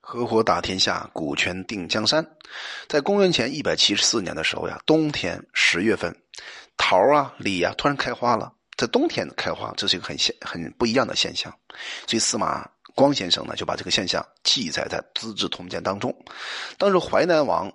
合伙打天下，股权定江山。在公元前174年的时候呀，冬天10月份，桃啊、李啊突然开花了。在冬天开花，这是一个很不一样的现象。所以司马光先生呢，就把这个现象记载在《资治通鉴》当中。当时淮南王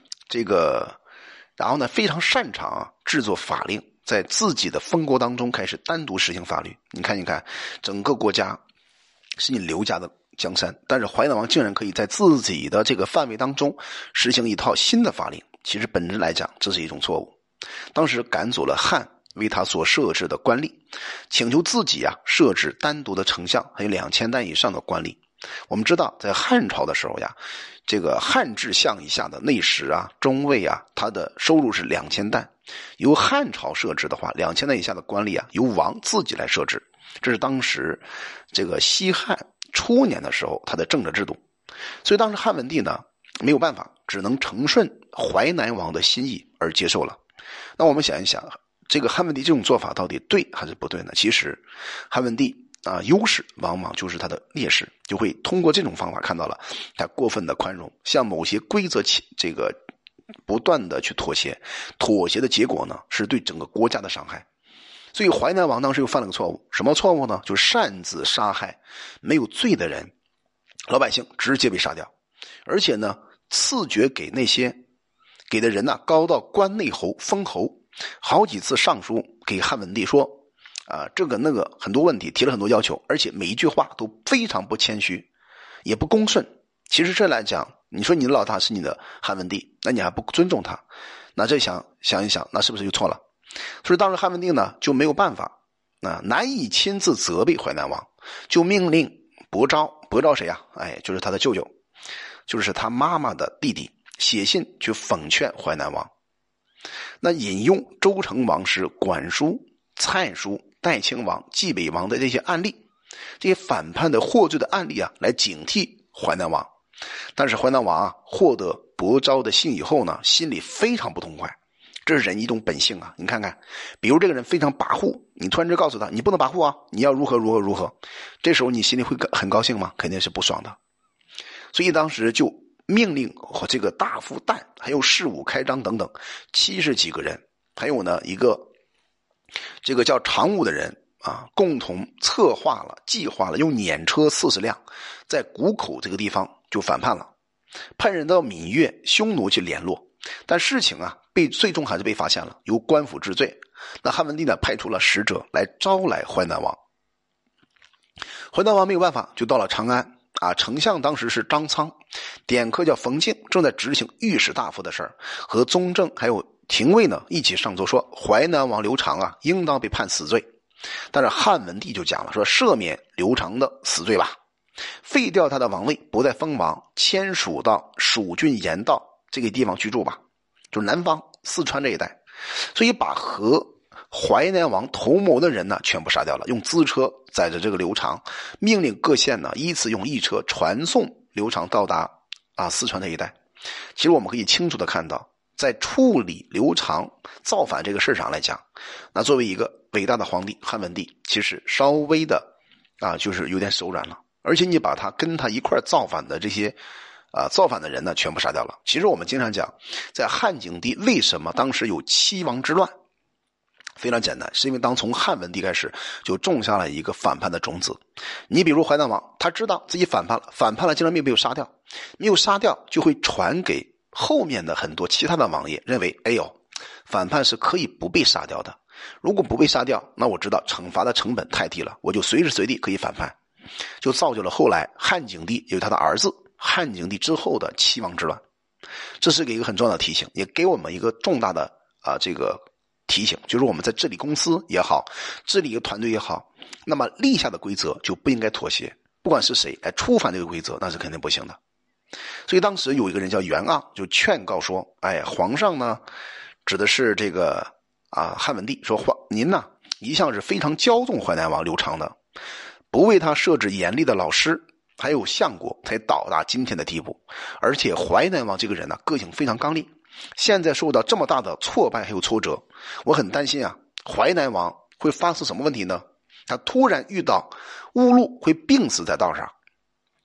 然后呢非常擅长制作法令，在自己的封国当中开始单独实行法律。你看，整个国家是你刘家的江山，但是淮南王竟然可以在自己的这个范围当中实行一套新的法令。其实本质来讲，这是一种错误。当时赶走了汉为他所设置的官吏，请求自己设置单独的丞相，还有2000担以上的官吏。我们知道在汉朝的时候这个汉至相以下的内史中尉他的收入是2000担。由汉朝设置的话，2000担以下的官吏由王自己来设置。这是当时这个西汉初年的时候他的政治制度。所以当时汉文帝呢没有办法，只能承顺淮南王的心意而接受了。那我们想一想，这个汉文帝这种做法到底对还是不对呢？其实汉文帝优势往往就是他的劣势，就会通过这种方法看到了他过分的宽容，向某些规则这个不断的去妥协的结果呢是对整个国家的伤害。所以淮南王当时又犯了个错误，什么错误呢？就是擅自杀害没有罪的人，老百姓直接被杀掉，而且呢赐爵给那些给的人高到关内侯、封侯，好几次上书给汉文帝说这个那个很多问题，提了很多要求，而且每一句话都非常不谦虚，也不恭顺。其实这来讲，你说你的老大是你的汉文帝，那你还不尊重他，那这想一想，那是不是就错了？所以当时汉文帝呢就没有办法难以亲自责备淮南王，就命令伯昭谁就是他的舅舅，就是他妈妈的弟弟，写信去讽劝淮南王。那引用周成王师、管叔、蔡叔、代亲王、济北王的这些案例，这些反叛的获罪的案例来警惕淮南王。但是淮南王获得伯昭的信以后呢，心里非常不痛快。这是人一种本性你看看，比如这个人非常跋扈，你突然就告诉他你不能跋扈你要如何，这时候你心里会很高兴吗？肯定是不爽的。所以当时就命令这个大夫旦，还有士武开张等等70几个人，还有呢一个这个叫常务的人共同策划了、计划了，用辇车40辆在谷口这个地方就反叛了。叛人到闽越、匈奴去联络，但事情最终还是被发现了，由官府治罪。那汉文帝呢派出了使者来招来淮南王。淮南王没有办法，就到了长安丞相当时是张苍，典客叫冯敬，正在执行御史大夫的事儿，和宗正还有廷尉呢一起上奏说淮南王刘长应当被判死罪。但是汉文帝就讲了，说赦免刘长的死罪吧，废掉他的王位，不再封王，迁属到蜀郡盐道这个地方居住吧，就是南方四川这一带。所以把和淮南王同谋的人呢全部杀掉了，用资车载着这个刘长，命令各县呢依次用驿车传送刘长到达四川这一带。其实我们可以清楚的看到，在处理刘长造反这个事上来讲，那作为一个伟大的皇帝汉文帝，其实稍微的就是有点手软了。而且你把他跟他一块造反的这些造反的人呢全部杀掉了。其实我们经常讲，在汉景帝为什么当时有7王之乱，非常简单，是因为从汉文帝开始就种下了一个反叛的种子。你比如淮南王，他知道自己反叛了竟然没有杀掉，就会传给后面的很多其他的王爷，认为反叛是可以不被杀掉的，如果不被杀掉，那我知道惩罚的成本太低了，我就随时随地可以反叛，就造就了后来汉景帝有他的儿子汉景帝之后的7王之乱。这是一个很重要的提醒，也给我们一个重大的这个提醒，就是我们在治理公司也好，治理一个团队也好，那么立下的规则就不应该妥协，不管是谁来触犯这个规则，那是肯定不行的。所以当时有一个人叫袁盎，就劝告说皇上呢，指的是这个汉文帝，说您呢一向是非常骄纵淮南王刘长的，不为他设置严厉的老师还有相国，才到达今天的地步。而且淮南王这个人呢个性非常刚烈，现在受到这么大的挫败还有挫折，我很担心淮南王会发生什么问题呢？他突然遇到误路会病死在道上。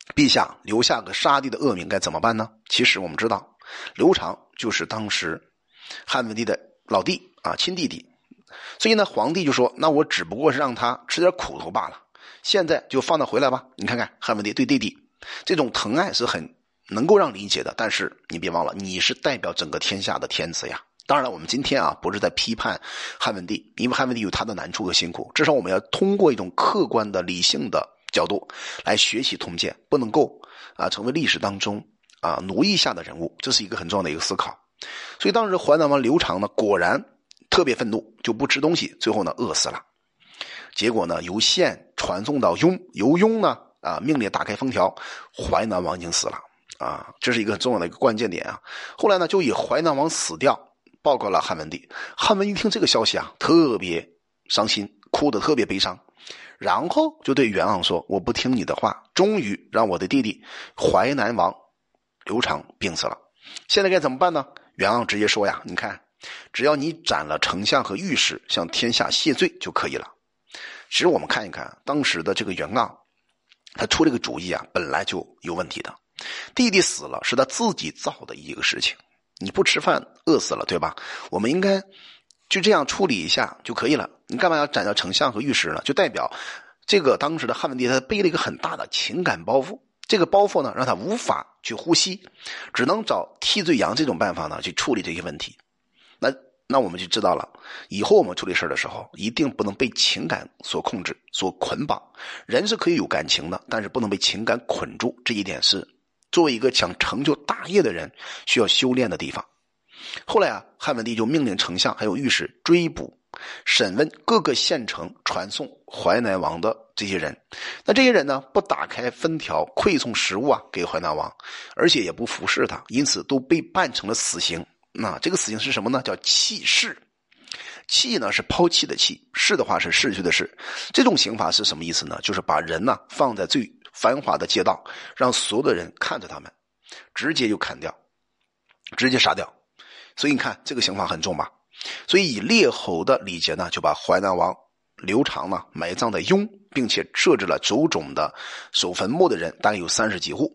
陛下留下个杀弟的恶名该怎么办呢？其实我们知道，刘长就是当时汉文帝的老弟啊，亲弟弟。所以呢，皇帝就说，那我只不过是让他吃点苦头罢了，现在就放他回来吧。你看看汉文帝对弟弟这种疼爱是很能够让理解的，但是你别忘了，你是代表整个天下的天子呀。当然了，我们今天啊不是在批判汉文帝，因为汉文帝有他的难处和辛苦，至少我们要通过一种客观的理性的角度来学习通鉴，不能够成为历史当中奴役下的人物，这是一个很重要的一个思考。所以当时淮南王刘长呢，果然特别愤怒，就不吃东西，最后呢饿死了。结果呢由县传送到雍，由雍呢命令打开封条，淮南王已经死了这是一个很重要的一个关键点啊。后来呢就以淮南王死掉报告了汉文帝。汉文帝听这个消息特别伤心，哭得特别悲伤，然后就对袁盎说，我不听你的话，终于让我的弟弟淮南王刘长病死了，现在该怎么办呢？袁盎直接说呀，你看，只要你斩了丞相和御史，向天下谢罪就可以了。其实我们看一看当时的这个袁盎，他出这个主意本来就有问题的。弟弟死了是他自己造的一个事情，你不吃饭饿死了，对吧？我们应该就这样处理一下就可以了，你干嘛要斩掉丞相和御史呢？就代表这个当时的汉文帝他背了一个很大的情感包袱，这个包袱呢让他无法去呼吸，只能找替罪羊这种办法呢去处理这些问题。那我们就知道了，以后我们处理事的时候一定不能被情感所控制所捆绑。人是可以有感情的，但是不能被情感捆住，这一点是作为一个想成就大业的人需要修炼的地方。后来汉文帝就命令丞相还有御史追捕审问各个县城传送淮南王的这些人。那这些人呢不打开封条馈送食物给淮南王，而且也不服侍他，因此都被判成了死刑。那这个死刑是什么呢？叫弃市。弃呢是抛弃的弃，市的话是逝去的逝。这种刑罚是什么意思呢？就是把人放在最繁华的街道，让所有的人看着他们，直接就砍掉，直接杀掉。所以你看这个刑罚很重吧。所以以列侯的礼节呢，就把淮南王刘长呢埋葬在雍，并且设置了种种的守坟墓的人，大概有30几户。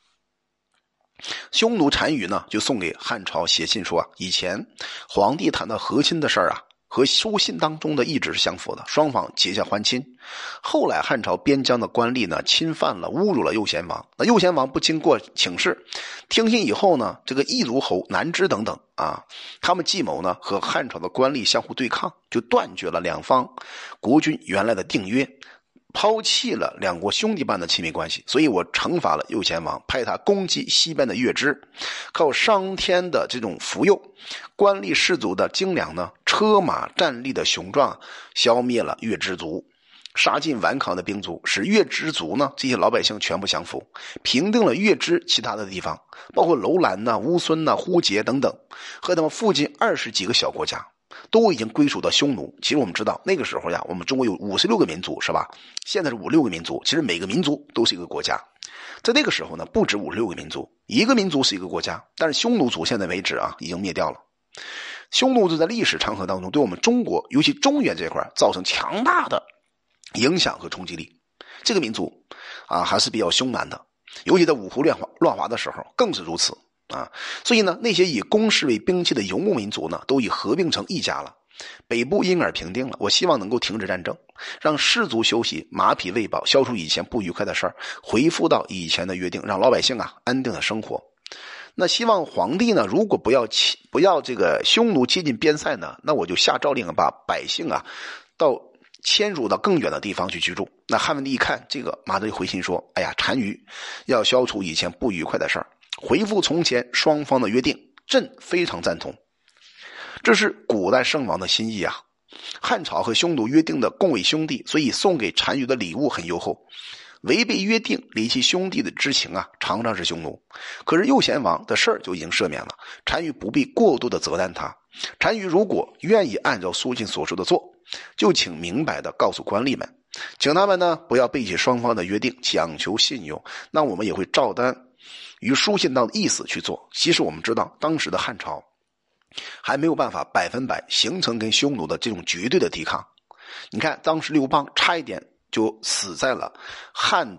匈奴单于呢就送给汉朝写信说以前皇帝谈到和亲的事和书信当中的意志是相符的，双方结下欢亲。后来汉朝边疆的官吏呢侵犯了侮辱了右贤王，那右贤王不经过请示，听信以后呢，这个义卢侯南支等等他们计谋呢和汉朝的官吏相互对抗，就断绝了两方国君原来的订约，抛弃了两国兄弟般的亲密关系。所以我惩罚了右贤王，派他攻击西边的月支，靠上天的这种福佑，官吏士族的精良呢，车马战力的雄壮，消灭了月支族，杀尽顽抗的兵卒，使月支族呢这些老百姓全部降服，平定了月支其他的地方，包括楼兰乌孙呼节等等，和他们附近20几个小国家都已经归属到匈奴。其实我们知道那个时候我们中国有56个民族是吧？现在是5、6个民族，其实每个民族都是一个国家。在那个时候呢，不止5、6个民族，一个民族是一个国家。但是匈奴族现在为止已经灭掉了。匈奴族在历史长河当中对我们中国，尤其中原这块造成强大的影响和冲击力。这个民族还是比较凶蛮的，尤其在五胡乱华的时候更是如此所以呢，那些以弓矢为兵器的游牧民族呢，都已合并成一家了。北部因而平定了。我希望能够停止战争，让士卒休息，马匹喂饱，消除以前不愉快的事儿，恢复到以前的约定，让老百姓安定的生活。那希望皇帝呢，如果不要这个匈奴接近边塞呢，那我就下诏令把百姓到迁入到更远的地方去居住。那汉文帝一看这个，马上就回信说，哎呀，单于要消除以前不愉快的事儿，恢复从前双方的约定，朕非常赞同。这是古代圣王的心意汉朝和匈奴约定的共为兄弟，所以送给单于的礼物很优厚。违背约定离弃兄弟的之情常常是匈奴。可是右贤王的事儿就已经赦免了，单于不必过度的责难他。单于如果愿意按照书信所说的做，就请明白的告诉官吏们，请他们呢不要背弃双方的约定，讲求信用，那我们也会照单于书信当的意思去做。其实我们知道当时的汉朝还没有办法100%形成跟匈奴的这种绝对的抵抗。你看当时刘邦差一点就死在了汉的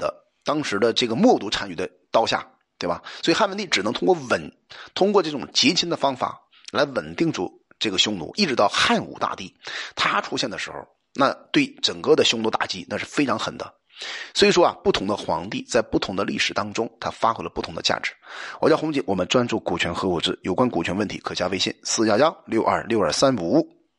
当时的这个冒读单于的刀下，对吧？所以汉文帝只能通过这种结亲的方法来稳定住这个匈奴，一直到汉武大帝他出现的时候，那对整个的匈奴打击那是非常狠的。所以说不同的皇帝在不同的历史当中，他发挥了不同的价值。我叫洪锦，我们专注股权合伙制，有关股权问题可加微信411626235。